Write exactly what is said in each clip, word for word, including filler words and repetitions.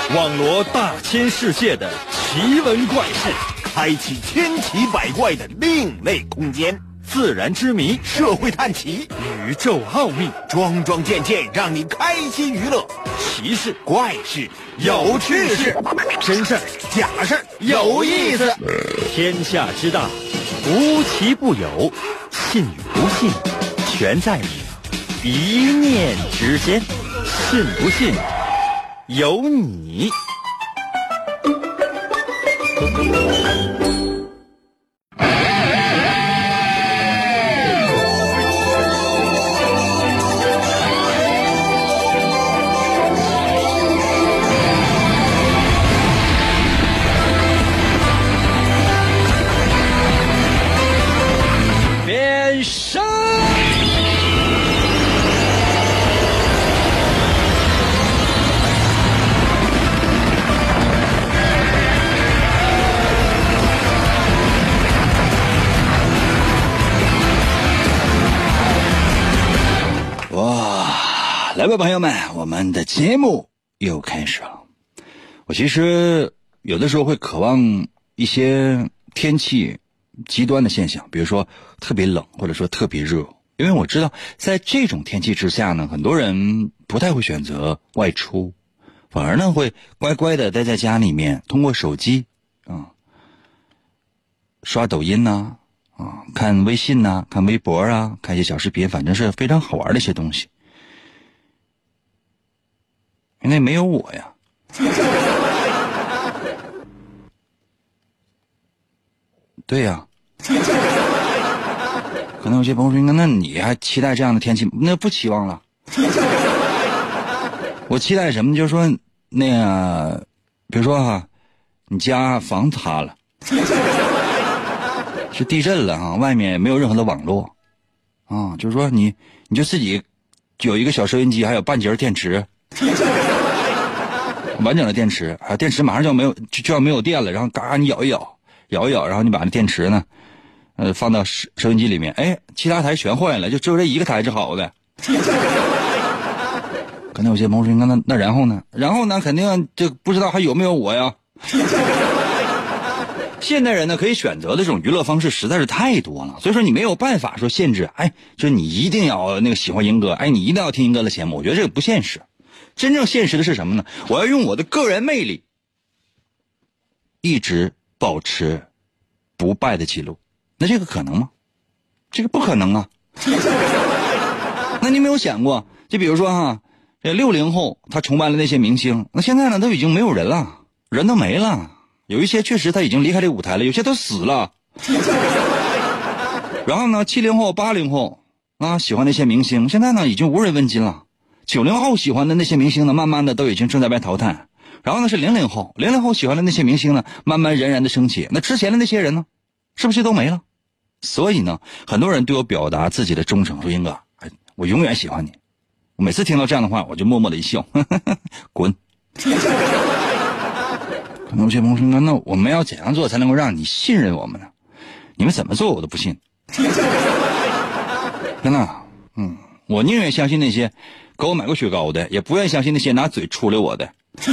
网罗大千世界的奇闻怪事， 开启千奇百怪的另类空间， 自然之谜， 社会探奇， 宇宙奥秘， 桩桩件件让你开心娱乐。 奇事怪事有趣事， 真事假事有意思。 天下之大，无奇不有，信与不信全在你一念之间。信不信由你。变身哇，来吧朋友们，我们的节目又开始了。我其实有的时候会渴望一些天气极端的现象，比如说特别冷或者说特别热，因为我知道在这种天气之下呢，很多人不太会选择外出，反而呢会乖乖的待在家里面，通过手机啊刷抖音呐 啊, 啊看微信呐、啊、看微博啊，看一些小视频，反正是非常好玩的一些东西。因为没有我呀。对呀、可能有些朋友说，那你还期待这样的天气？那不期望了。我期待什么？就是说那个比如说哈，你家房塌了，是地震了哈，外面没有任何的网络啊，就是说你你就自己有一个小收音机，还有半截电池，完整的电池啊，电池马上就要没有就就要没有电了，然后嘎你咬一咬摇一摇，然后你把那电池呢呃放到收音机里面，哎，其他台全坏了，就只有这一个台是好的。可能有些朋友说，那那然后呢然后呢肯定就不知道还有没有我呀。现代人呢可以选择的这种娱乐方式实在是太多了，所以说你没有办法说限制，哎，就是你一定要那个喜欢英哥，哎，你一定要听英哥的节目，我觉得这个不现实。真正现实的是什么呢？我要用我的个人魅力一直保持不败的记录，那这个可能吗？这个不可能啊。那你没有想过，就比如说哈，这六零后他崇拜了那些明星，那现在呢都已经没有人了，人都没了，有一些确实他已经离开这舞台了，有些都死了。然后呢，七零后八零后啊喜欢那些明星，现在呢已经无人问津了。九零后喜欢的那些明星呢，慢慢的都已经正在被淘汰。然后呢是零零后，零零后喜欢的那些明星呢，慢慢冉冉的升起。那之前的那些人呢，是不是都没了？所以呢，很多人对我表达自己的忠诚，说英哥，哎，我永远喜欢你。我每次听到这样的话，我就默默的一笑，呵呵呵，滚。可能有些朋友说，那我们要怎样做才能够让你信任我们呢？你们怎么做我都不信。真的，嗯，我宁愿相信那些给我买过雪糕的，也不愿意相信那些拿嘴出溜我的。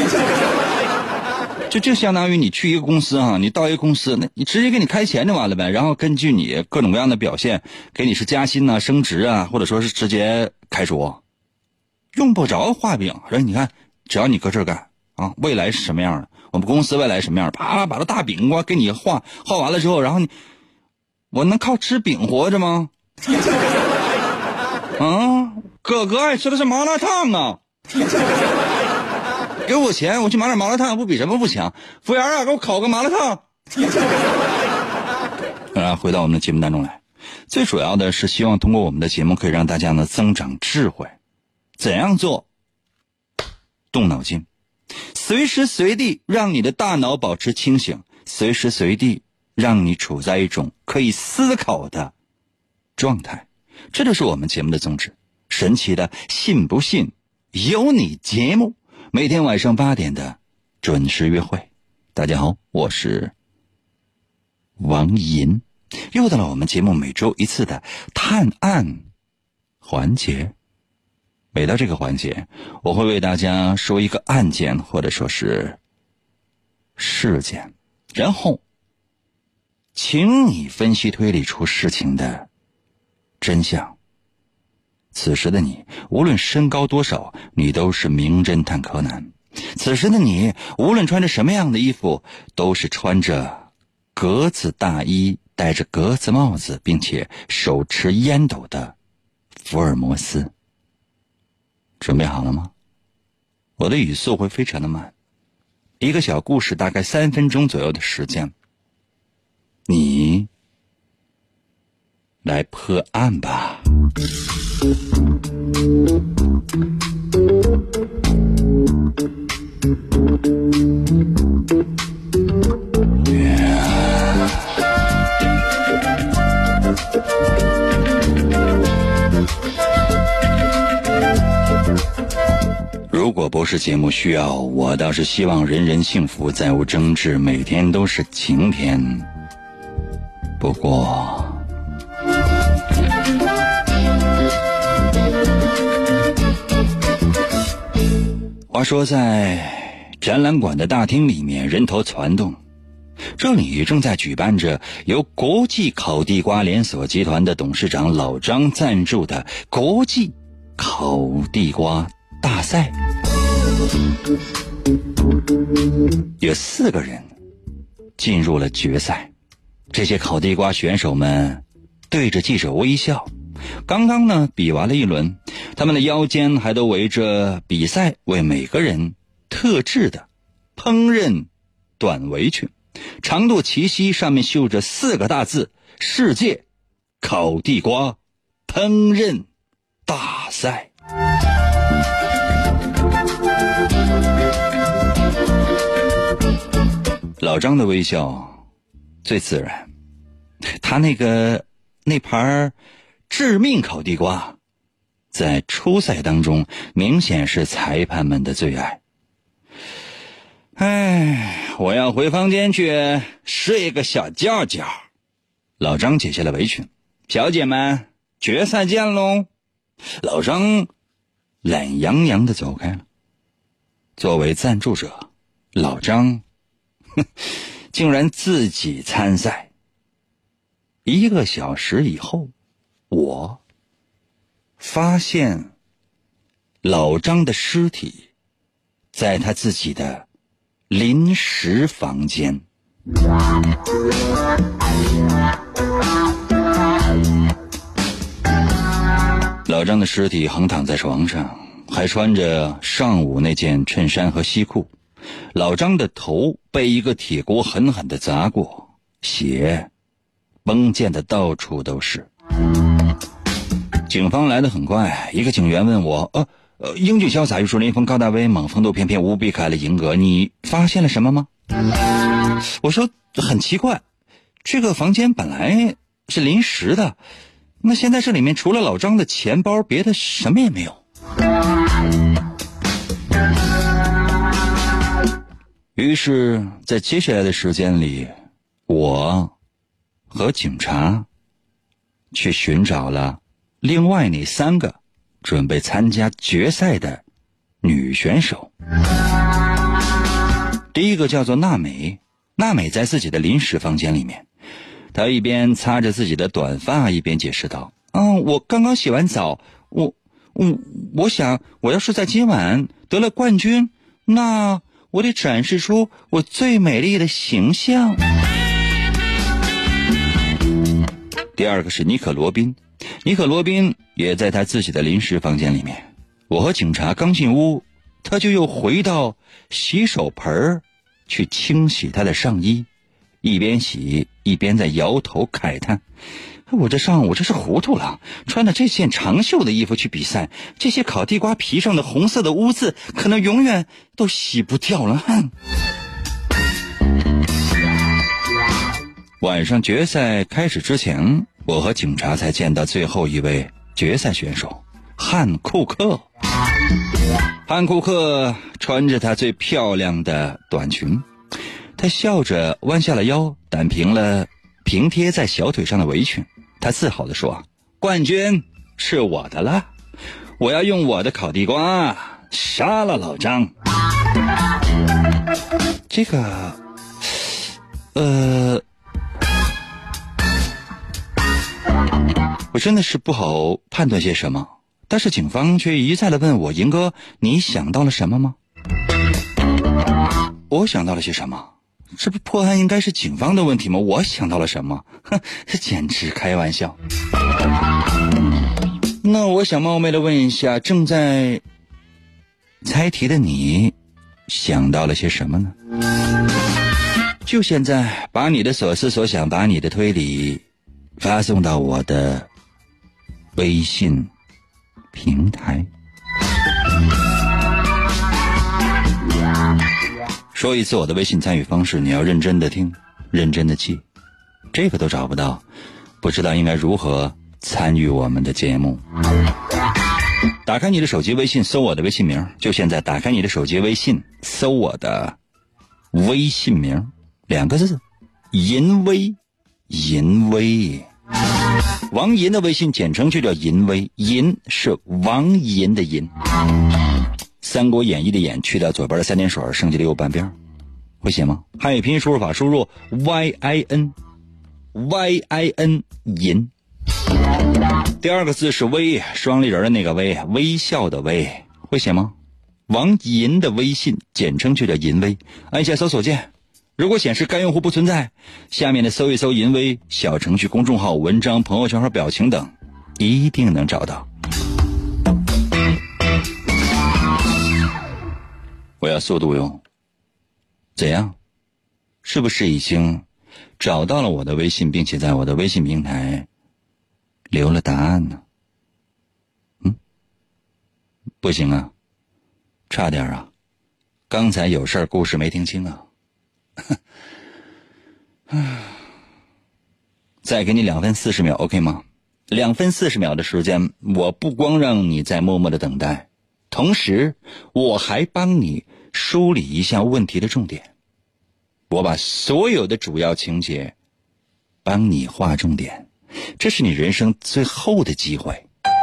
就就相当于你去一个公司啊，你到一个公司，那你直接给你开钱就完了呗，然后根据你各种各样的表现，给你是加薪啊、升职啊，或者说是直接开除，用不着画饼。然后你看，只要你搁这儿干啊，未来是什么样的，我们公司未来是什么样的，啪把这大饼给给你画画完了之后，然后你，我能靠吃饼活着吗？啊，哥哥爱吃的是麻辣烫啊。给我钱，我去买点麻辣烫，不比什么不强。服务员啊，给我烤个麻辣烫。啊，回到我们的节目当中来，最主要的是希望通过我们的节目可以让大家呢增长智慧。怎样做？动脑筋，随时随地让你的大脑保持清醒，随时随地让你处在一种可以思考的状态。这就是我们节目的宗旨。神奇的信不信由你节目，每天晚上八点的准时约会。大家好，我是王银，又到了我们节目每周一次的探案环节。 每到这个环节，我会为大家说一个案件或者说是事件，然后请你分析推理出事情的真相。此时的你无论身高多少，你都是名侦探柯南。此时的你无论穿着什么样的衣服，都是穿着格子大衣，戴着格子帽子，并且手持烟斗的福尔摩斯。准备好了吗？我的语速会非常的慢，一个小故事大概三分钟左右的时间，你来破案吧。如果不是节目需要，我倒是希望人人幸福，再无争执，每天都是晴天。不过话说在展览馆的大厅里面，人头攒动，这里正在举办着由国际烤地瓜连锁集团的董事长老张赞助的国际烤地瓜大赛。有四个人进入了决赛，这些烤地瓜选手们对着记者微笑。刚刚呢比完了一轮，他们的腰间还都围着比赛为每个人特制的烹饪短围裙，长度齐膝，上面绣着四个大字：世界烤地瓜烹饪大赛。老张的微笑最自然，他那个那盘致命烤地瓜在初赛当中明显是裁判们的最爱。哎，我要回房间去睡个小觉觉。老张解下了围裙，小姐们，决赛见喽。老张懒洋洋地走开了。作为赞助者，老张哼竟然自己参赛。一个小时以后，我发现老张的尸体在他自己的临时房间。老张的尸体横躺在床上，还穿着上午那件衬衫和西裤。老张的头被一个铁锅狠狠地砸过，血崩溅的到处都是。警方来得很快，一个警员问我：呃呃，英俊潇洒、玉树临风、高大威猛、风度翩翩、无比可爱的银哥，你发现了什么吗？我说很奇怪，这个房间本来是临时的，那现在这里面除了老张的钱包，别的什么也没有。于是在接下来的时间里，我和警察去寻找了另外那三个准备参加决赛的女选手。第一个叫做娜美，娜美在自己的临时房间里面，她一边擦着自己的短发，一边解释道：嗯，我刚刚洗完澡，我我我想我要是在今晚得了冠军，那我得展示出我最美丽的形象。第二个是尼可罗宾，尼可罗宾也在他自己的临时房间里面。我和警察刚进屋，他就又回到洗手盆去清洗他的上衣，一边洗一边在摇头慨叹：我这上午这是糊涂了，穿着这件长袖的衣服去比赛，这些烤地瓜皮上的红色的污渍可能永远都洗不掉了。哼！晚上决赛开始之前，我和警察才见到最后一位决赛选手汉库克。汉库克穿着他最漂亮的短裙，他笑着弯下了腰，掸平了平贴在小腿上的围裙。他自豪地说：冠军是我的了。 我要用我的烤地瓜杀了老张。这个呃我真的是不好判断些什么，但是警方却一再的问我，银哥你想到了什么吗？我想到了些什么？这不破案应该是警方的问题吗？我想到了什么？哼，这简直开玩笑。那我想冒昧的问一下，正在猜题的你想到了些什么呢？就现在把你的所思所想，把你的推理发送到我的微信平台。说一次我的微信参与方式，你要认真的听，认真的记，这个都找不到，不知道应该如何参与我们的节目。打开你的手机微信，搜我的微信名，就现在打开你的手机微信，搜我的微信名，两个字，银威，银威。王银的微信简称就叫银威，银是王银的银，三国演义的演去掉左边的三点水，剩下的右半边，会写吗？汉语拼音输入法输入 Y I N Y I N 银。第二个字是微，双立人的那个微，微笑的微，会写吗？王银的微信简称就叫银威，按下搜索键，如果显示该用户不存在，下面的搜一搜银威小程序、公众号、文章、朋友圈和表情等，一定能找到。我要速度哟，怎样？是不是已经找到了我的微信，并且在我的微信平台留了答案呢？嗯，不行啊，差点啊，刚才有事儿，故事没听清啊。再给你两分四十秒 OK 吗？两分四十秒的时间，我不光让你在默默的等待，同时我还帮你梳理一下问题的重点，我把所有的主要情节帮你划重点，这是你人生最后的机会。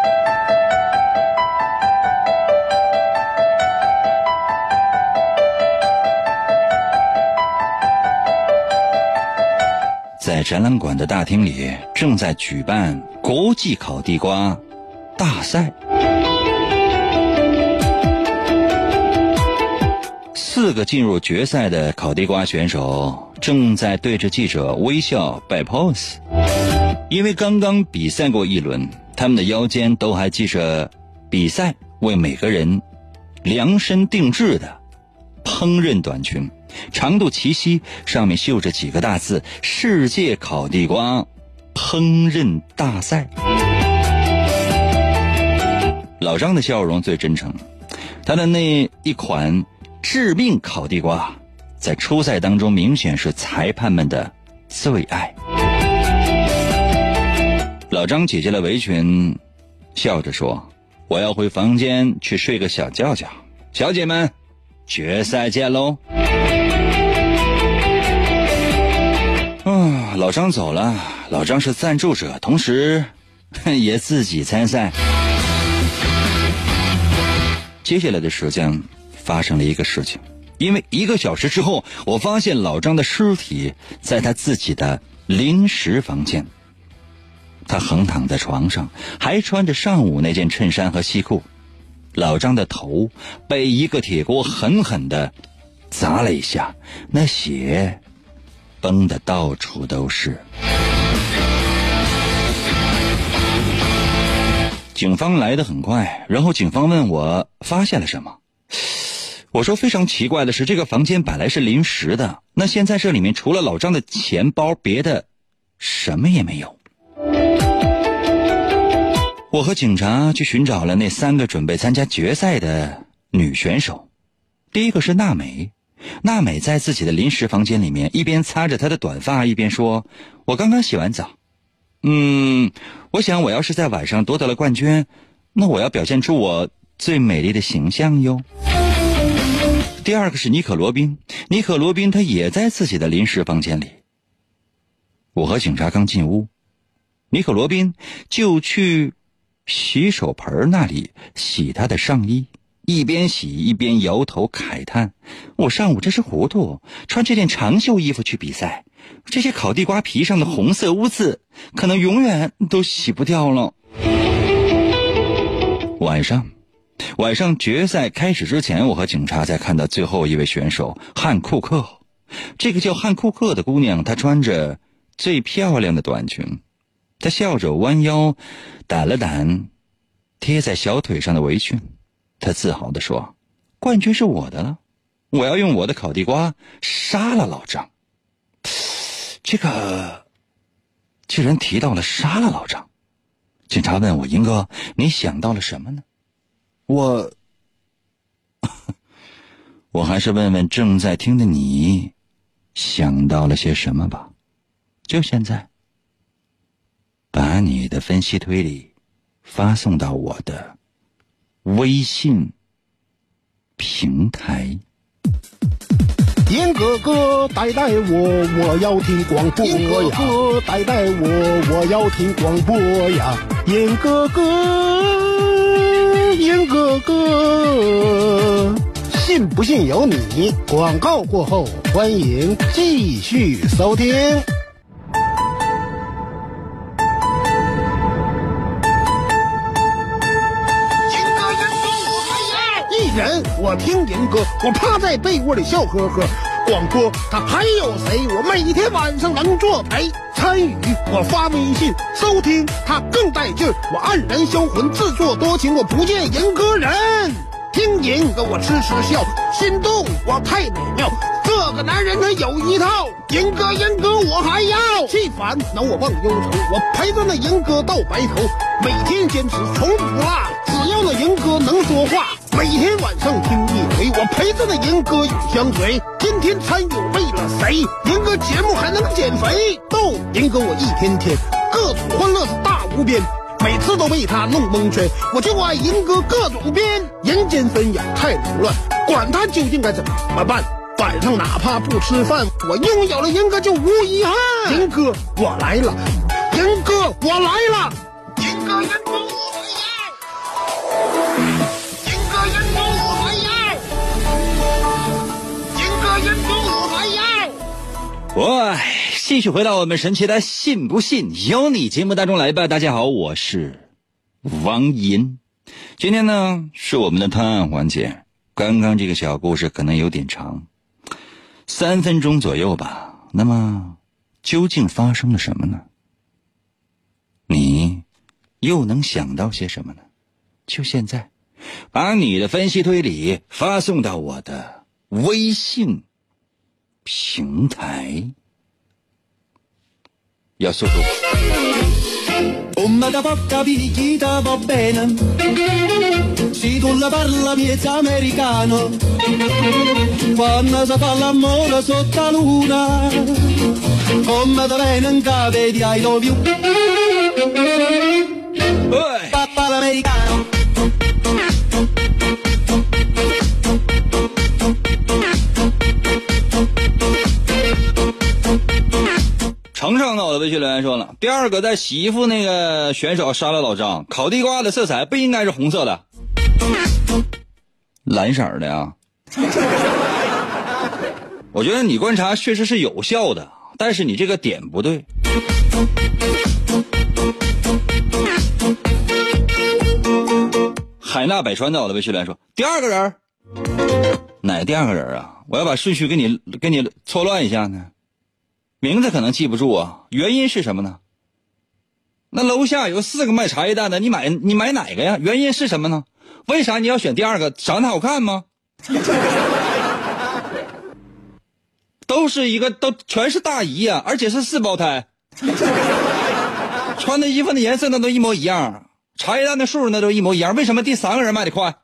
在展览馆的大厅里正在举办国际烤地瓜大赛，四个进入决赛的烤地瓜选手正在对着记者微笑摆 pose， 因为刚刚比赛过一轮，他们的腰间都还系着比赛为每个人量身定制的烹饪短裙，长度齐膝，上面绣着几个大字：世界烤地瓜烹饪大赛。老张的笑容最真诚，他的那一款致命烤地瓜在初赛当中明显是裁判们的最爱。老张解下了围裙，笑着说：我要回房间去睡个小觉觉，小姐们决赛见喽。啊，老张走了，老张是赞助者，同时也自己参赛。接下来的时间发生了一个事情，因为一个小时之后，我发现老张的尸体在他自己的临时房间，他横躺在床上，还穿着上午那件衬衫和西裤。老张的头被一个铁锅狠狠地砸了一下，那血崩得到处都是。警方来得很快，然后警方问我发现了什么。我说非常奇怪的是，这个房间本来是临时的，那现在这里面除了老张的钱包，别的什么也没有。我和警察去寻找了那三个准备参加决赛的女选手。第一个是娜美，娜美在自己的临时房间里面一边擦着她的短发，一边说：我刚刚洗完澡，嗯，我想我要是在晚上夺得了冠军，那我要表现出我最美丽的形象哟。第二个是尼可罗宾，尼可罗宾他也在自己的临时房间里。我和警察刚进屋，尼可罗宾就去洗手盆那里洗他的上衣，一边洗一边摇头慨叹：我上午真是糊涂，穿这件长袖衣服去比赛，这些烤地瓜皮上的红色污渍可能永远都洗不掉了。晚上晚上决赛开始之前，我和警察才看到最后一位选手汉库克。这个叫汉库克的姑娘，她穿着最漂亮的短裙，她笑着弯腰掸了掸贴在小腿上的围裙，她自豪地说：冠军是我的了，我要用我的烤地瓜杀了老张。这个既然提到了杀了老张，警察问我：英哥，你想到了什么呢？我我还是问问正在听的你想到了些什么吧。就现在把你的分析推理发送到我的微信平台。 严哥哥带带我，我要听广播呀！严哥哥带带我，我要听广播呀！严哥哥，严哥哥，信不信由你。广告过后，欢迎继续收听。人我听严哥，我趴在被窝里笑呵呵。广播他还有谁？我每天晚上能作陪。参与我发微信收听，他更带劲儿。我黯然销魂，自作多情，我不见严哥人。听严哥我痴痴笑，心动我太美妙。这个男人他有一套，严哥严哥我还要。气烦恼我忘忧愁，我陪着那严哥到白头。每天坚持从不落，只要那严哥能说话。每天晚上听一回，我陪着那严哥永相随。天天参与为了谁？严哥节目还能减肥？逗严哥我一天天各种欢乐是大无边，每次都被他弄蒙圈。我就爱严哥各种编，人间纷扰太凌乱，管他究竟该怎么办。晚上哪怕不吃饭，我拥有了严哥就无遗憾。严哥我来了，严哥我来了，严哥严哥我来了。 喂，继续回到我们神奇的信不信由你节目当中来吧。大家好，我是王银。今天呢是我们的探案环节，刚刚这个小故事可能有点长，三分钟左右吧。那么究竟发生了什么呢？你又能想到些什么呢？就现在把你的分析推理发送到我的微信平台，要速度。 Come da porca picchita va bene, si tu la parla miezza americano, quando si fa l'amore sotto la luna, come da bene in cave di I love you, papà l'americano. 程程呢，我的微信留言说了，第二个在洗衣服那个选手杀了老张，烤地瓜的色彩不应该是红色的，蓝色的呀。我觉得你观察确实是有效的，但是你这个点不对。海纳百川的，我的微信留言说，第二个人哪第二个人啊？我要把顺序给你给你错乱一下呢。名字可能记不住啊，原因是什么呢？那楼下有四个卖茶叶蛋的，你买你买哪个呀？原因是什么呢？为啥你要选第二个？长得好看吗？都是一个都全是大姨啊，而且是四胞胎，穿的衣服的颜色那都一模一样，茶叶蛋的数那都一模一样，为什么第三个人卖的快？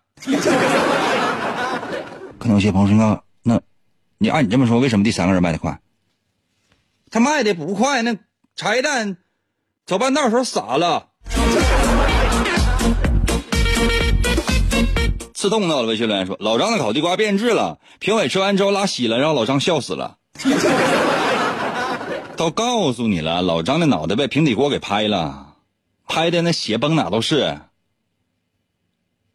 可能有些朋友说，那你按你这么说，为什么第三个人卖的快？他卖的不快，那茶叶蛋走半道的时候洒了。刺痛的我的微信留言说，老张的烤地瓜变质了，评委吃完之后拉稀了，让老张笑死了。都告诉你了，老张的脑袋被平底锅给拍了，拍的那血崩哪都是，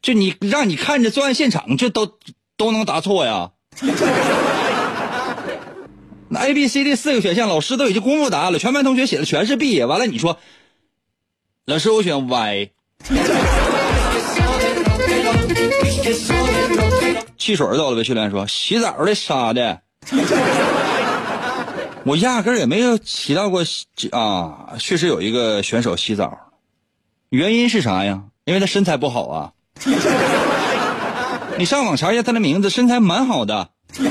就你让你看着作案现场，这都都能答错呀。那 A B C D 四个选项老师都已经公布答案了，全班同学写的全是 B， 完了你说老师我选 Y。 汽水到了呗，训练说洗澡的啥的。我压根儿也没有提到过啊，确实有一个选手洗澡，原因是啥呀？因为他身材不好啊。你上网查一下他的名字，身材蛮好的。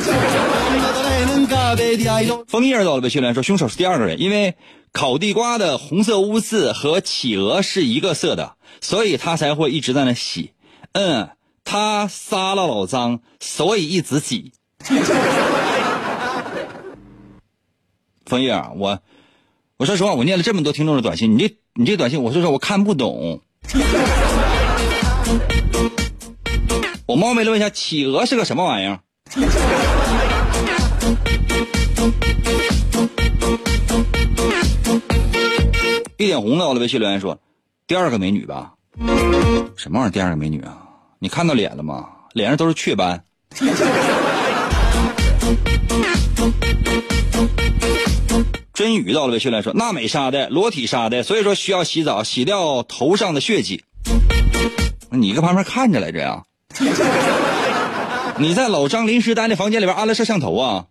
枫叶到了呗，训练说凶手是第二个人，因为烤地瓜的红色污渍和企鹅是一个色的，所以他才会一直在那洗。嗯，他撒了老脏，所以一直洗。枫叶啊，我我说实话，我念了这么多听众的短信，你这你这短信，我说实话我看不懂。我冒昧的问一下，企鹅是个什么玩意儿？一点红的我的微信留言说，第二个美女吧。什么玩意儿第二个美女啊？你看到脸了吗？脸上都是雀斑。真宇到了微信留言说，娜美杀的，裸体杀的，所以说需要洗澡，洗掉头上的血迹。你搁旁边看着来着呀？你在老张临时单的房间里边安了摄像头啊？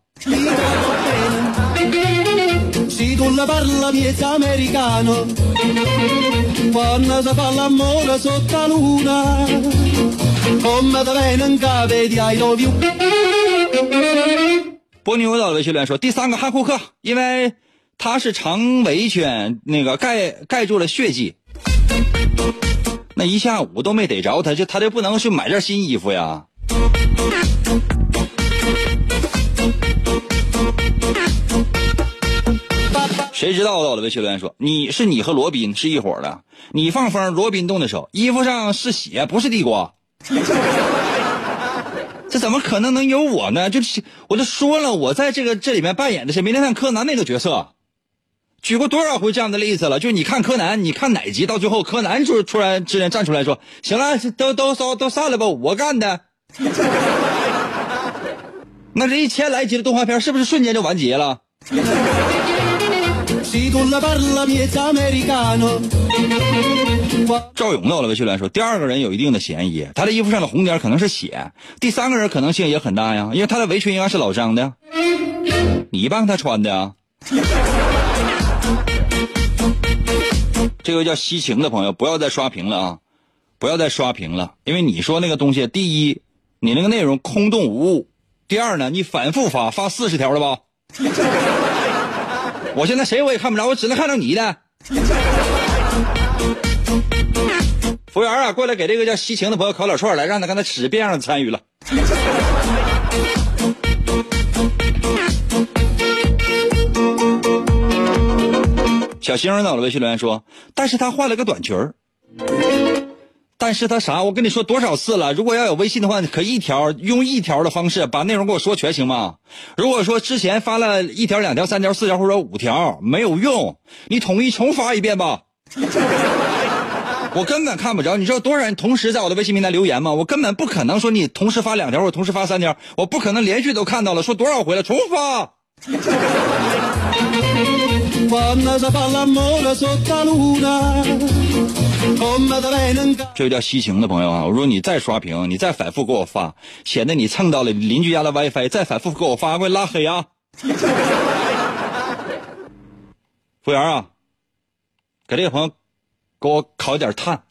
波妞到了微信留言说，第三个汉库克，因为他是长围圈，那个盖盖住了血迹。那一下午都没逮着他，就他就不能去买件新衣服呀？谁知道到了微信留言说，你是你和罗宾是一伙的，你放风，罗宾动的手，衣服上是血不是地瓜。这怎么可能能有我呢？就是我就说了，我在这个这里面扮演的是名侦探柯南那个角色，举过多少回这样的例子了？就你看柯南，你看哪集到最后柯南就突然之间站出来说，行了，都都都都散了吧，我干的。那这一千来集的动画片是不是瞬间就完结了？赵勇到了微信来说，第二个人有一定的嫌疑，他的衣服上的红点可能是血，第三个人可能性也很大呀，因为他的围裙应该是老张的，你帮他穿的呀。这位叫西晴的朋友，不要再刷屏了啊！不要再刷屏了，因为你说那个东西，第一，你那个内容空洞无物；第二呢，你反复发，发四十条了吧？我现在谁我也看不着，我只能看到你的。服务员啊，过来给这个叫西晴的朋友烤点串来，让他跟他使别样的参与了。小星到了微信留言说，但是他换了个短裙儿。但是他啥？我跟你说多少次了，如果要有微信的话，可一条用一条的方式把内容给我说全行吗？如果说之前发了一条两条三条四条或者五条没有用，你统一重发一遍吧。我根本看不着，你知道多少人同时在我的微信平台留言吗？我根本不可能说你同时发两条或者同时发三条，我不可能连续都看到了，说多少回了重发。这位叫西晴的朋友啊，我说你再刷屏，你再反复给我发，显得你蹭到了邻居家的 WiFi， 再反复给我发，我拉黑啊！服务员啊，给这个朋友给我烤点炭，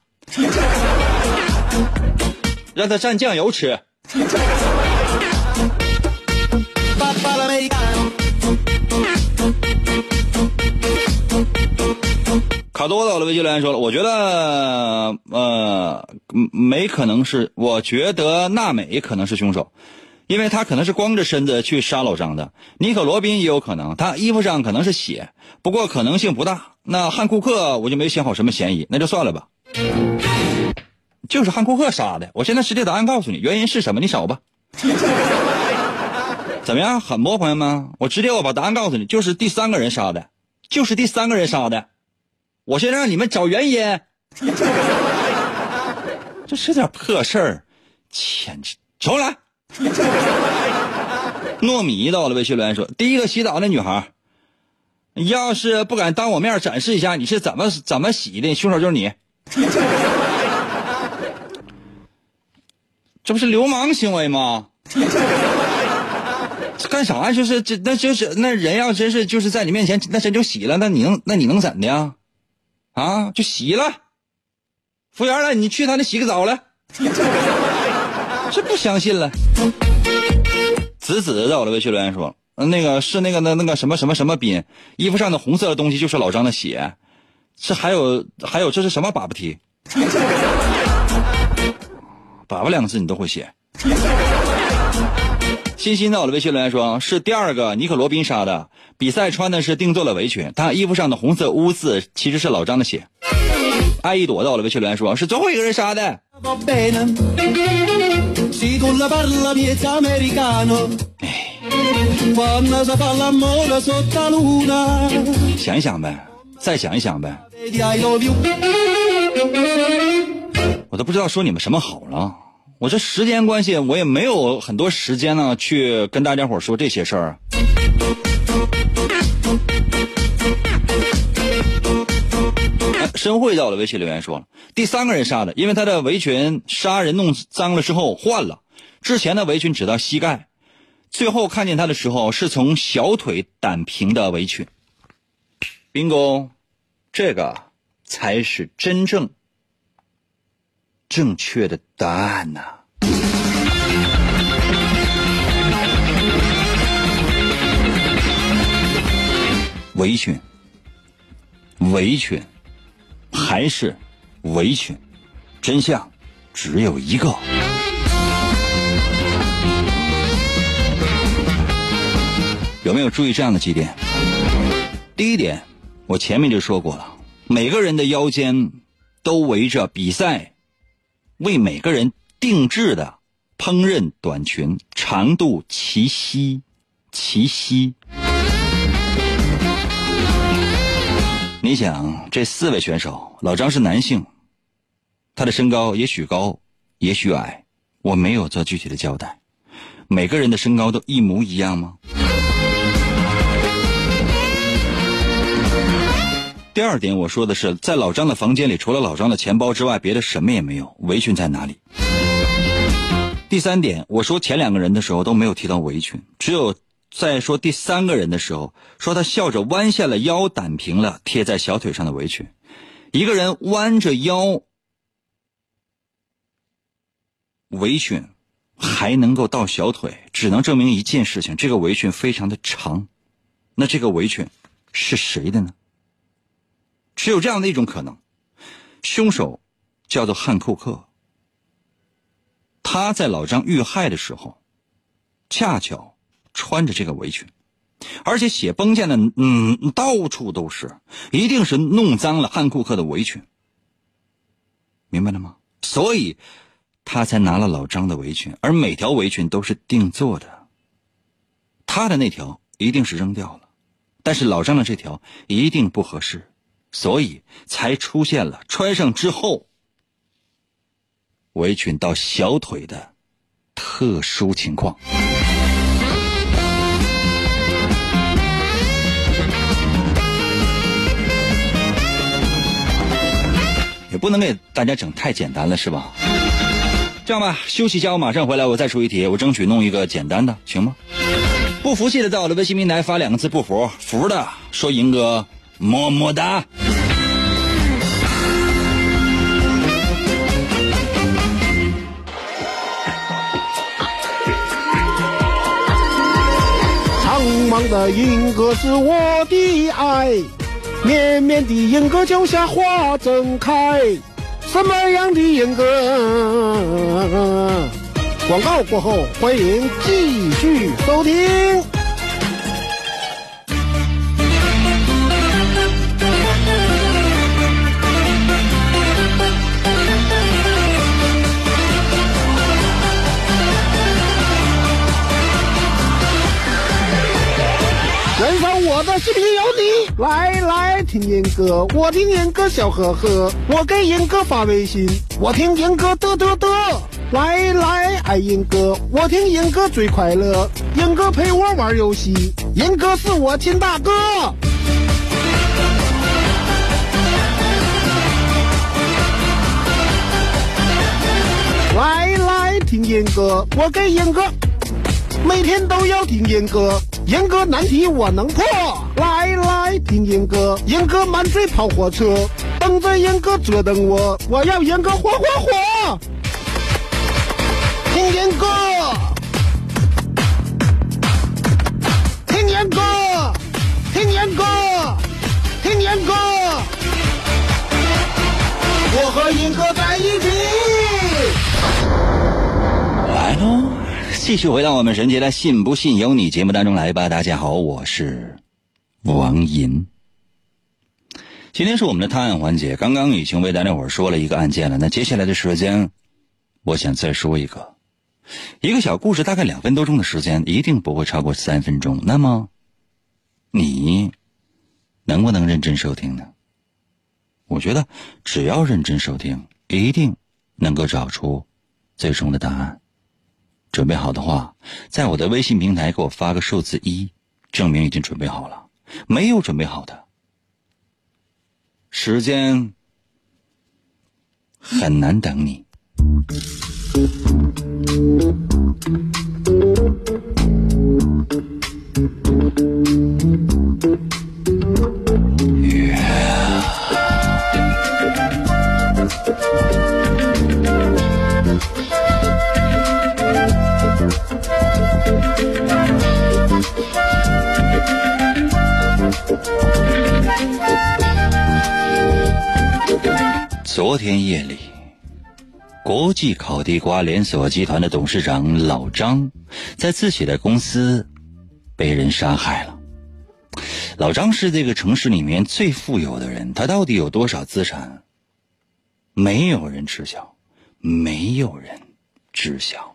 让他蘸酱油吃。卡多到了微信留言说了，我觉得呃没可能是，我觉得娜美可能是凶手，因为他可能是光着身子去杀老张的。尼可罗宾也有可能，他衣服上可能是血，不过可能性不大。那汉库克我就没想好什么嫌疑，那就算了吧。就是汉库克杀的，我现在直接答案告诉你，原因是什么？你找吧。怎么样，狠不朋友们？我直接我把答案告诉你，就是第三个人杀的，就是第三个人杀的。我先让你们找原因， 这是点破事儿，简直重来。糯米到了，微信留言说，第一个洗澡的女孩，要是不敢当我面展示一下你是怎么怎么洗的，凶手就是你。这不是流氓行为吗？干啥？就是这，那就是那人要真是就是在你面前，那真就洗了，那你能那你能怎的呀？啊，就洗了。服务员了，你去他那洗个澡了。这不相信了。子子在我的微信留言说，那个是那个那那个什么什么什么宾，衣服上的红色的东西就是老张的血。这还有还有这是什么粑粑蹄？粑粑两个字你都会写。欣欣在我的微信留言说，是第二个尼可罗宾杀的，比赛穿的是定做的围裙，他衣服上的红色污渍其实是老张的血。爱一朵在我的微信留言说，是最后一个人杀的。想一想呗，再想一想呗。我都不知道说你们什么好了，我这时间关系我也没有很多时间呢去跟大家伙说这些事儿。申慧在我的微信留言说了，第三个人杀的，因为他的围裙杀人弄脏了之后换了，之前的围裙只到膝盖，最后看见他的时候是从小腿掸平的围裙。bingo， 这个才是真正正确的答案呐、啊！围裙，围裙，还是围裙，真相只有一个。有没有注意这样的几点？第一点，我前面就说过了，每个人的腰间都围着比赛为每个人定制的烹饪短裙，长度齐膝，齐膝。你想，这四位选手，老张是男性，他的身高也许高，也许矮，我没有做具体的交代。每个人的身高都一模一样吗？第二点，我说的是，在老张的房间里，除了老张的钱包之外，别的什么也没有，围裙在哪里？第三点，我说前两个人的时候都没有提到围裙，只有在说第三个人的时候，说他笑着弯下了腰，掸平了贴在小腿上的围裙。一个人弯着腰，围裙还能够到小腿，只能证明一件事情，这个围裙非常的长。那这个围裙是谁的呢？只有这样的一种可能，凶手叫做汉库克，他在老张遇害的时候恰巧穿着这个围裙，而且血崩溅的嗯到处都是，一定是弄脏了汉库克的围裙，明白了吗？所以他才拿了老张的围裙，而每条围裙都是定做的，他的那条一定是扔掉了，但是老张的这条一定不合适，所以才出现了穿上之后围裙到小腿的特殊情况。也不能给大家整太简单了，是吧？这样吧，休息一下，我马上回来，我再出一题，我争取弄一个简单的，行吗？不服气的在我的微信平台发两个字不服，服的说赢哥么么哒。 苍茫的银河是我的爱，绵绵的银河脚下花正开，什么样的银河？广告过后，欢迎继续收听。燃烧我我的视频有你。来来听严哥，我听严哥笑呵呵，我给严哥发微信，我听严哥嘚嘚嘚。来来爱严哥，我听严哥最快乐，严哥陪我玩游戏，严哥是我亲大哥。来来听严哥，我给严哥每天都要听严哥，严哥难题我能破。来来听严哥，严哥满嘴跑火车，等着严哥折腾我，我要严哥火火火。听严哥，听严哥，听严哥，听严哥，我和严哥在一起。 来喽，继续回到我们神奇的信不信由你节目当中来吧。大家好，我是王银。今天是我们的探案环节，刚刚已经为大家伙说了一个案件了，那接下来的时间我想再说一个一个小故事，大概两分多钟的时间，一定不会超过三分钟。那么你能不能认真收听呢？我觉得只要认真收听，一定能够找出最终的答案。准备好的话，在我的微信平台给我发个数字一，证明已经准备好了。没有准备好的，时间很难等你。昨天夜里，国际烤地瓜连锁集团的董事长老张在自己的公司被人杀害了。老张是这个城市里面最富有的人，他到底有多少资产？没有人知晓，没有人知晓。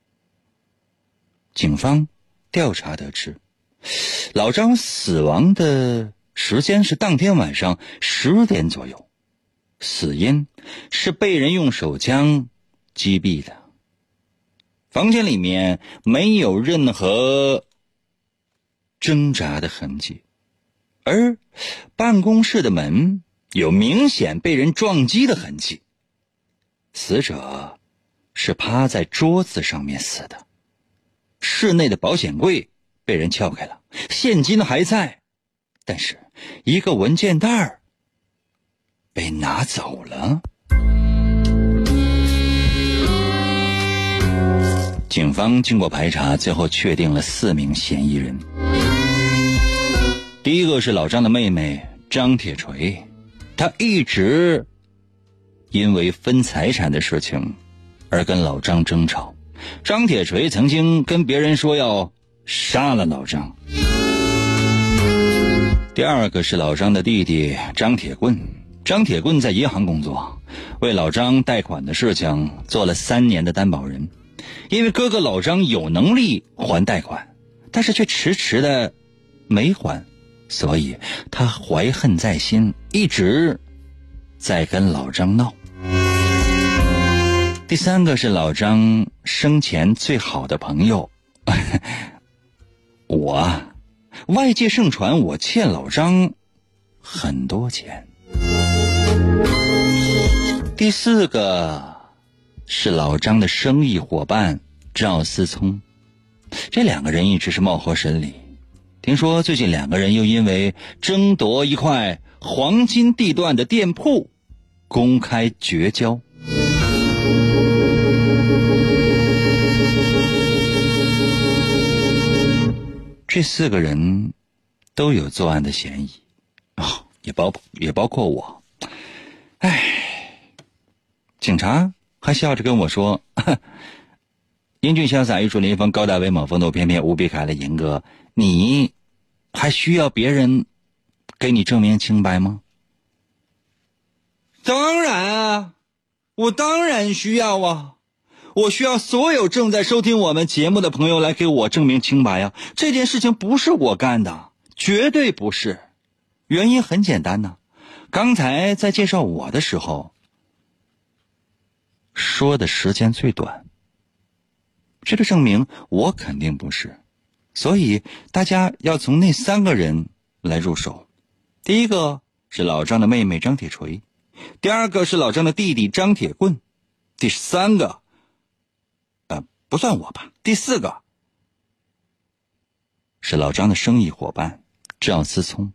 警方调查得知，老张死亡的时间是当天晚上十点左右，死因是被人用手枪击毙的。房间里面没有任何挣扎的痕迹，而办公室的门有明显被人撞击的痕迹。死者是趴在桌子上面死的，室内的保险柜被人撬开了，现金还在，但是一个文件袋被拿走了。警方经过排查，最后确定了四名嫌疑人。第一个是老张的妹妹张铁锤，她一直因为分财产的事情而跟老张争吵。张铁锤曾经跟别人说要杀了老张。第二个是老张的弟弟张铁棍，张铁棍在银行工作，为老张贷款的事情做了三年的担保人。因为哥哥老张有能力还贷款，但是却迟迟的没还，所以他怀恨在心，一直在跟老张闹。第三个是老张生前最好的朋友我，外界盛传我欠老张很多钱。第四个是老张的生意伙伴赵思聪，这两个人一直是貌合神离。听说最近两个人又因为争夺一块黄金地段的店铺公开绝交。这四个人都有作案的嫌疑，哦，也包也包括我。唉，警察还笑着跟我说，英俊潇洒玉树临风高大威猛风度翩翩无比可爱的银哥，你还需要别人给你证明清白吗？当然啊，我当然需要啊，我需要所有正在收听我们节目的朋友来给我证明清白啊！这件事情不是我干的， 绝对不是。原因很简单呢，刚才在介绍我的时候说的时间最短，这就证明我肯定不是。所以大家要从那三个人来入手。第一个是老张的妹妹张铁锤，第二个是老张的弟弟张铁棍，第三个呃，不算我吧，第四个是老张的生意伙伴赵思聪。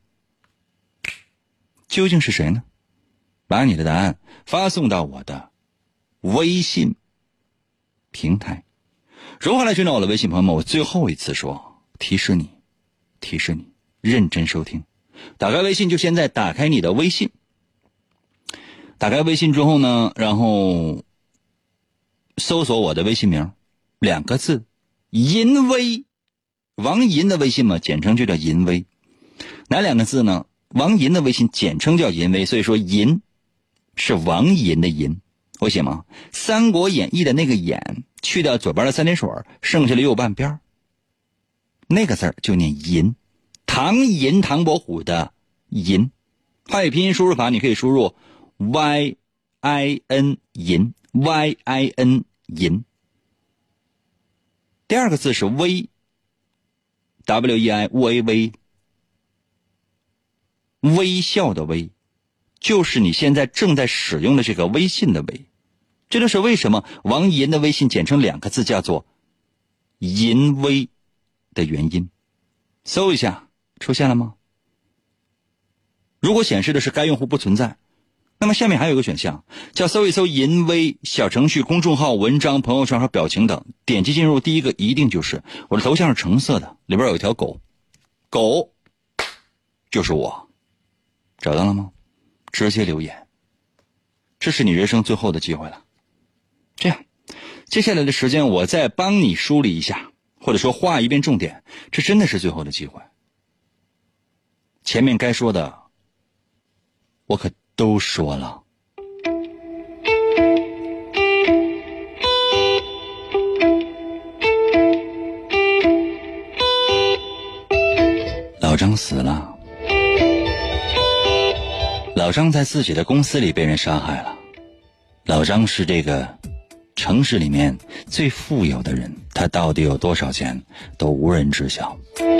究竟是谁呢？把你的答案发送到我的微信平台。如何来寻找我的微信朋友们？我最后一次说，提示你提示你认真收听。打开微信，就现在打开你的微信。打开微信之后呢，然后搜索我的微信名，两个字，淫威。王银的微信嘛，简称就叫淫威。哪两个字呢？王银的微信简称叫淫威，所以说淫是王银的淫。我写吗？三国演义的那个演，去掉左边的三点水，剩下的右半边，那个字就念淫。唐寅唐伯虎的寅。汉语拼音输入法你可以输入 Y I N 寅 Y I N 寅。第二个字是微 W E I 微微，微笑的微，就是你现在正在使用的这个微信的微。这就是为什么王银的微信简称两个字叫做淫微的原因。搜一下，出现了吗？如果显示的是该用户不存在，那么下面还有一个选项叫搜一搜淫微小程序、公众号、文章、朋友圈和表情等，点击进入，第一个一定就是我的头像是橙色的，里边有一条狗，狗就是我，找到了吗？直接留言，这是你人生最后的机会了。这样接下来的时间我再帮你梳理一下，或者说画一遍重点，这真的是最后的机会。前面该说的我可都说了。老张死了，老张在自己的公司里被人杀害了。老张是这个城市里面最富有的人，他到底有多少钱都无人知晓。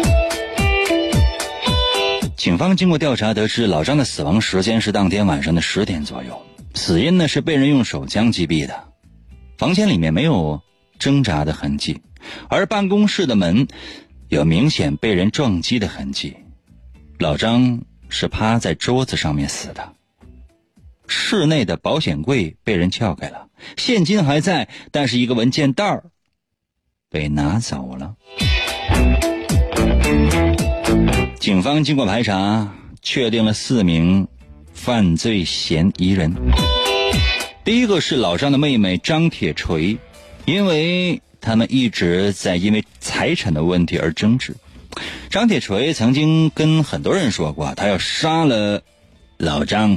警方经过调查得知，老张的死亡时间是当天晚上的十点左右，死因呢是被人用手枪击毙的。房间里面没有挣扎的痕迹，而办公室的门有明显被人撞击的痕迹。老张是趴在桌子上面死的。室内的保险柜被人撬开了，现金还在，但是一个文件袋被拿走了。警方经过排查，确定了四名犯罪嫌疑人。第一个是老张的妹妹张铁锤，因为他们一直在因为财产的问题而争执。张铁锤曾经跟很多人说过，他要杀了老张。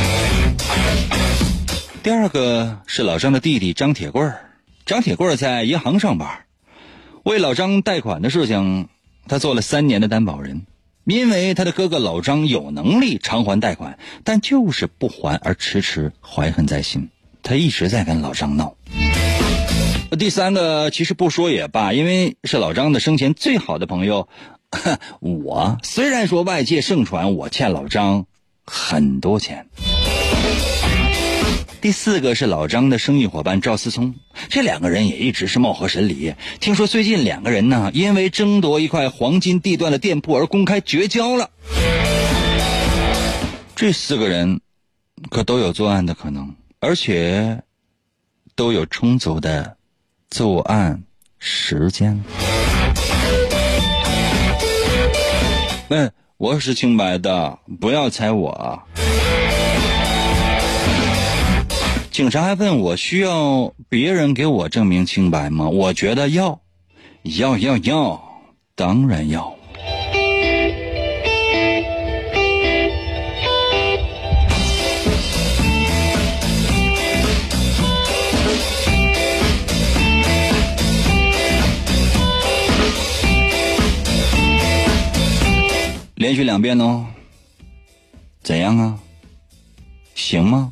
第二个是老张的弟弟张铁棍，张铁棍在银行上班，为老张贷款的事情他做了三年的担保人，因为他的哥哥老张有能力偿还贷款，但就是不还而迟迟怀恨在心，他一直在跟老张闹。第三个其实不说也罢，因为是老张的生前最好的朋友。我虽然说外界盛传我欠老张很多钱。第四个是老张的生意伙伴赵思聪，这两个人也一直是貌合神离。听说最近两个人呢，因为争夺一块黄金地段的店铺而公开绝交了。这四个人可都有作案的可能，而且都有充足的作案时间。嗯，我是清白的，不要猜我。警察还问我需要别人给我证明清白吗？我觉得要，要要要，当然要。 连续两遍哦，怎样啊？行吗？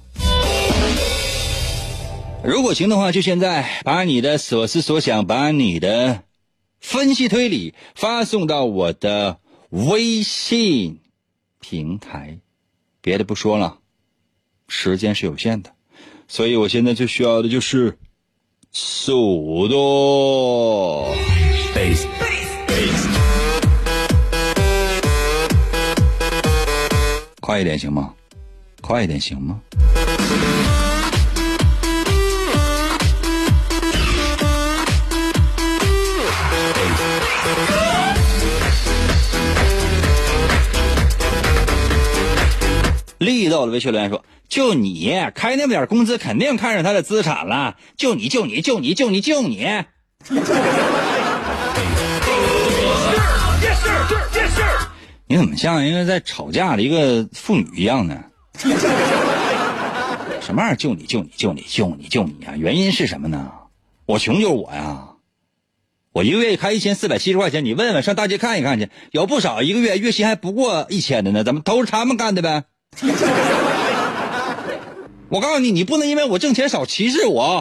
如果行的话，就现在把你的所思所想，把你的分析推理发送到我的微信平台。别的不说了，时间是有限的，所以我现在最需要的就是速度。快一点行吗？快一点行吗？力道的微信留言说，就你开那么点工资肯定看上他的资产了，就你就你就你就你就你你怎么像一个在吵架的一个妇女一样呢？什么玩意儿就你就你就你就你就你啊？原因是什么呢？我穷就是我呀，我一个月开一千四百七十块钱，你问问上大街看一看去，有不少一个月月薪还不过一千的呢，怎么都是他们干的呗？我告诉你，你不能因为我挣钱少歧视我。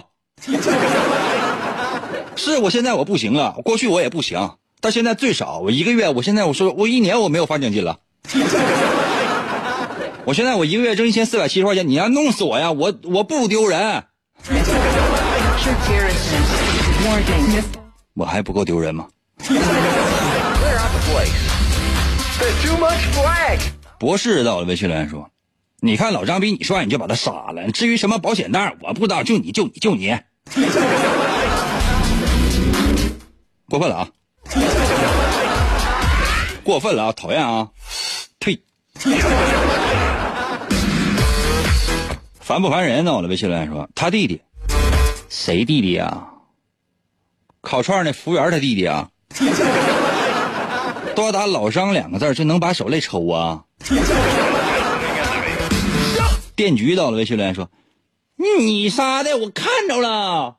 是我现在我不行了，过去我也不行，但现在最少我一个月，我现在我说我一年我没有发奖金了。我现在我一个月挣一千四百七十块钱，你要弄死我呀，我我不丢人。我还不够丢人吗？博士到了，微信留言说，你看老张比你帅你就把他杀了，至于什么保险袋我不知道，就你就你就你过分了啊，过分了啊，讨厌啊，退。烦不烦人呢？我的微信留言说，他弟弟。谁弟弟啊？烤串那服务员他弟弟啊。多打老张两个字就能把手累抽啊。电局到了，微信留言说，你杀的我看着了。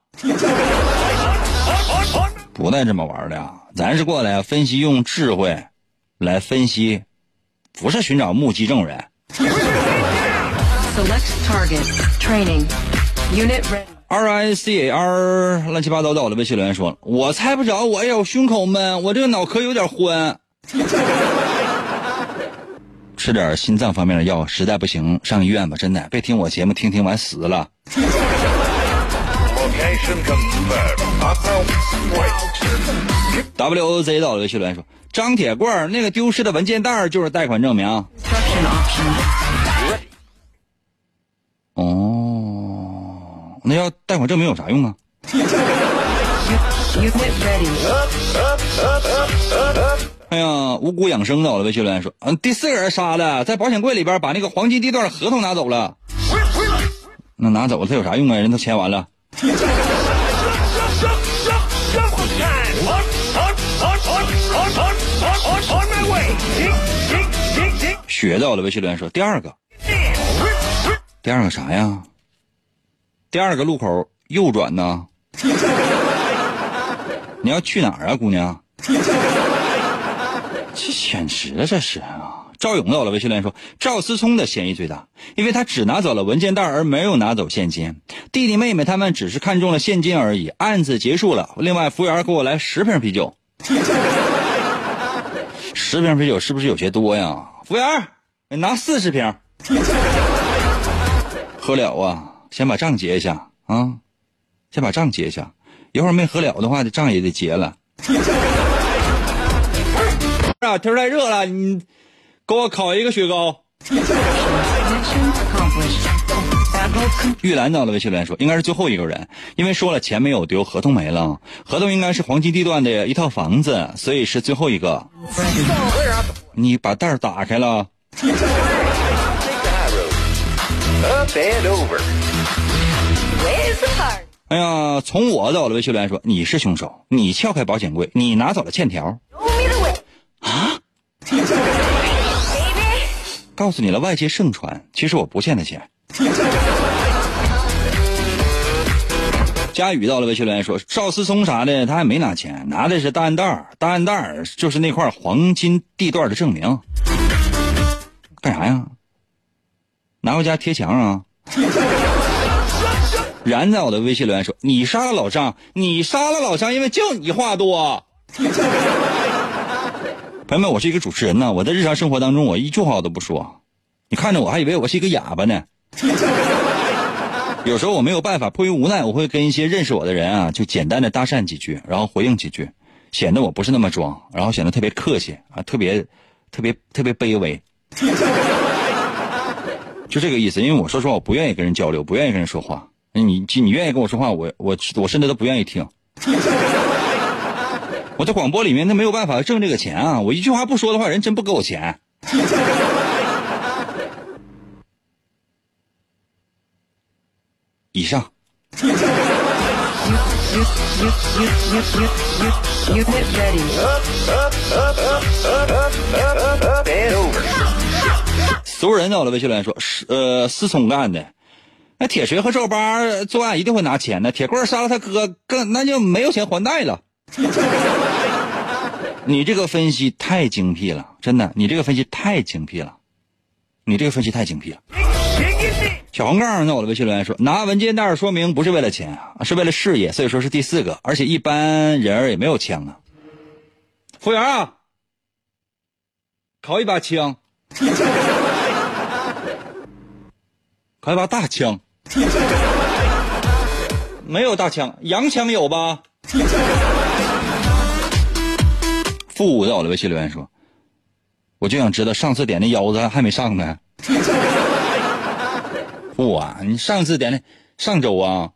不带这么玩的呀，咱是过来分析，用智慧来分析，不是寻找目击证人。 Select target. Training. Unit ready. R I C A R 乱七八糟到了，微信留言说了，我猜不着，我也有胸口闷，我这个脑壳有点昏。吃点心脏方面的药，实在不行上医院吧，真的别听我节目听听完死了。W O Z 到了，微信留言说，张铁棍那个丢失的文件袋就是贷款证明。哦，那要贷款证明有啥用啊？哎呀，五谷养生的我的微信留言说，嗯，第四个人杀的，在保险柜里边把那个黄金地段合同拿走了。那拿走了他有啥用啊？人都签完了。学到了，微信留言说，第二个，第二个啥呀？第二个路口右转呢？你要去哪儿啊，姑娘？这简直了，这是啊！赵勇到了，微信留言说，赵思聪的嫌疑最大，因为他只拿走了文件袋而没有拿走现金，弟弟妹妹他们只是看中了现金而已。案子结束了，另外服务员给我来十瓶啤酒。十瓶啤酒是不是有些多呀？服务员，你拿四十瓶。喝了啊，先把账结一下啊，先把账结一下，一会儿没喝了的话，这账也得结了。啊，天太热了，你给我烤一个雪糕。玉兰到了，微信留言说，应该是最后一个人，因为说了钱没有丢，合同没了，合同应该是黄金地段的一套房子，所以是最后一个。你把袋儿打开了。哎呀，从我到了，微信留言说，你是凶手，你撬开保险柜，你拿走了欠条。啊！告诉你了，外界盛传，其实我不欠他钱。佳宇到了，微信留言说，赵思聪啥的他还没拿钱，拿的是档案袋，档案袋就是那块黄金地段的证明。 干啥呀？拿回家贴墙啊？然在我的微信留言说：“你杀了老张，你杀了老张，因为就你话多。”朋友们，我是一个主持人呢，我在日常生活当中我一句话我都不说，你看着我还以为我是一个哑巴呢。有时候我没有办法，迫于无奈，我会跟一些认识我的人啊，就简单的搭讪几句，然后回应几句，显得我不是那么装，然后显得特别客气啊，特别特别特别卑微。就这个意思，因为我说实话，我不愿意跟人交流，不愿意跟人说话。你你愿意跟我说话，我我我甚至都不愿意听。我在广播里面，那没有办法挣这个钱啊！我一句话不说的话，人真不给我钱。以上。所有人在我的微信留言说，呃，思聪干的。那铁锤和周八作案一定会拿钱的，铁棍杀了他哥，更那就没有钱还贷了。你这个分析太精辟了，真的，你这个分析太精辟了，你这个分析太精辟了。小黄杠在我的微信留言说，拿文件袋说明不是为了钱啊，是为了事业，所以说是第四个，而且一般人也没有枪啊。服务员啊，考一把枪，考一把大枪。没有大枪，洋枪有吧？父在我的微信留言说，我就想知道上次点的腰子还没上呢。父啊，你上次点的上周啊？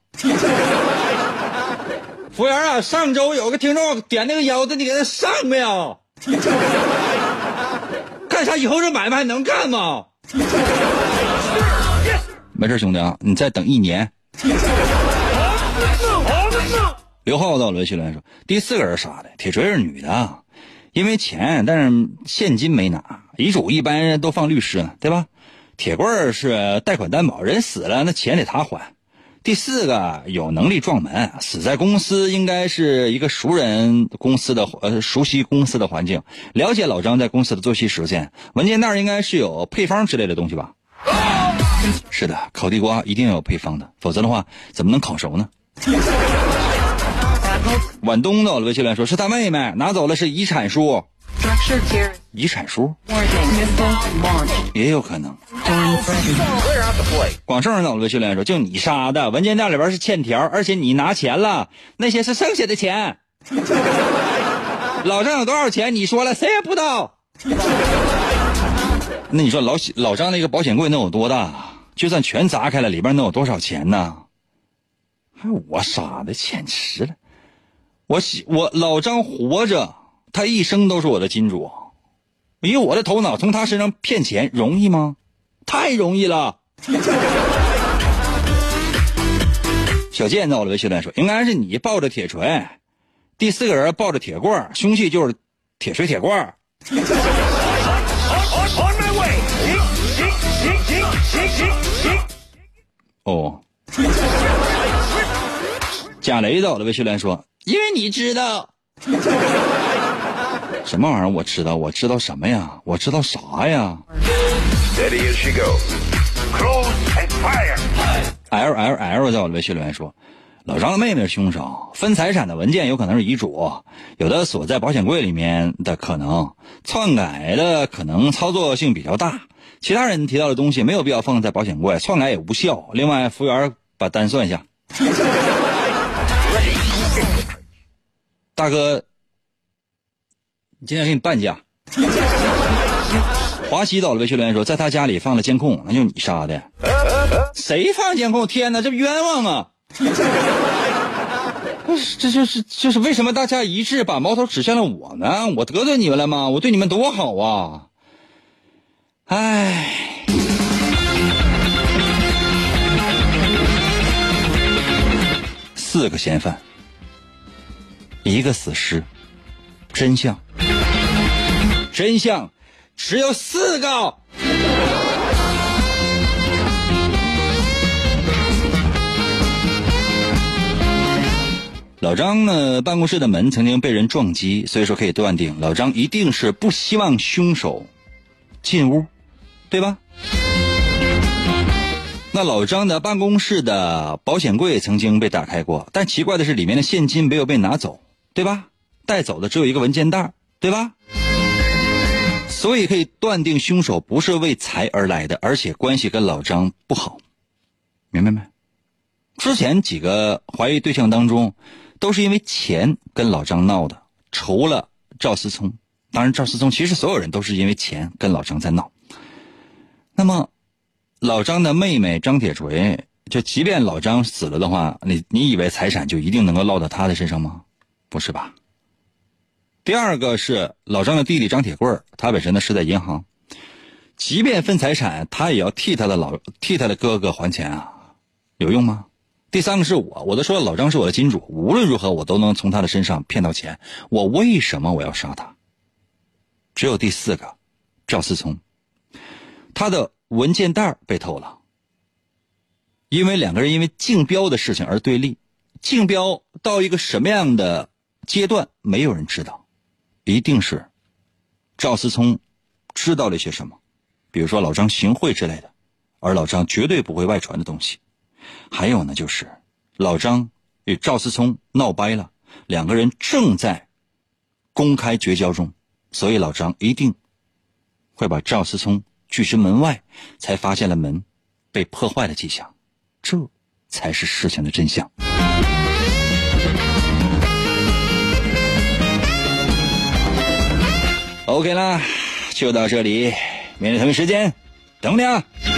服务员啊，上周有个听众点那个腰子，你给他上没有？干啥以后这买卖还能干吗？没事兄弟啊，你再等一年。刘浩到了微信留言说，第四个人杀的铁锤是女的，因为钱，但是现金没拿，遗嘱一般都放律师呢，对吧？铁棍是贷款担保，人死了那钱得他还。第四个有能力撞门，死在公司，应该是一个熟人公司的呃熟悉公司的环境，了解老张在公司的作息时间。文件袋应该是有配方之类的东西吧？是的，烤地瓜一定要有配方的，否则的话怎么能烤熟呢？晚东的微信来说，是他妹妹拿走了是遗产书。遗产书也有可能。广胜人到了微信来说，就你杀的，文件袋里边是欠条，而且你拿钱了，那些是剩下的钱。老张有多少钱你说了谁也不知道。那你说老老张那个保险柜能有多大？就算全砸开了，里边能有多少钱呢？还我傻的钱迟了。我我老张活着，他一生都是我的金主，以我的头脑从他身上骗钱容易吗？太容易了。小健在我的微信来说，应该是你抱着铁锤，第四个人抱着铁棍，凶器就是铁锤铁棍。哦，贾雷在我的微信来说，因为你知道什么玩意儿？我知道，我知道什么呀？我知道啥呀 Steady as she goes. Close and fire. L L L 在我的微信留言说，老张的妹妹是凶手，分财产的文件有可能是遗嘱，有的锁在保险柜里面的可能，篡改的可能操作性比较大，其他人提到的东西没有必要放在保险柜，篡改也无效。另外服务员把单算一下。大哥，今天给你半价。华西到了微信留言说，在他家里放了监控，那就是你杀的。谁放监控？天哪，这不冤枉啊！这就是就是为什么大家一致把矛头指向了我呢？我得罪你们了吗？我对你们多好啊！唉，四个嫌犯，一个死尸，真相，真相只有四个。老张呢，办公室的门曾经被人撞击，所以说可以断定老张一定是不希望凶手进屋， 对吧？那老张的办公室的保险柜曾经被打开过，但奇怪的是里面的现金没有被拿走，对吧？带走的只有一个文件袋，对吧？所以可以断定凶手不是为财而来的，而且关系跟老张不好，明白没？之前几个怀疑对象当中都是因为钱跟老张闹的，除了赵思聪。当然赵思聪其实所有人都是因为钱跟老张在闹。那么老张的妹妹张铁锤，就即便老张死了的话，你你以为财产就一定能够落到他的身上吗？不是吧。第二个是老张的弟弟张铁棍，他本身呢是在银行，即便分财产他也要替他的老替他的哥哥还钱啊，有用吗？第三个是我，我都说老张是我的金主，无论如何我都能从他的身上骗到钱，我为什么我要杀他？只有第四个赵思聪，他的文件袋被偷了，因为两个人因为竞标的事情而对立，竞标到一个什么样的阶段没有人知道，一定是赵思聪知道了一些什么，比如说老张行贿之类的，而老张绝对不会外传的东西。还有呢，就是老张与赵思聪闹掰了，两个人正在公开绝交中，所以老张一定会把赵思聪拒之门外，才发现了门被破坏的迹象，这才是事情的真相。OK 啦，就到这里，明天同一时间等你啊。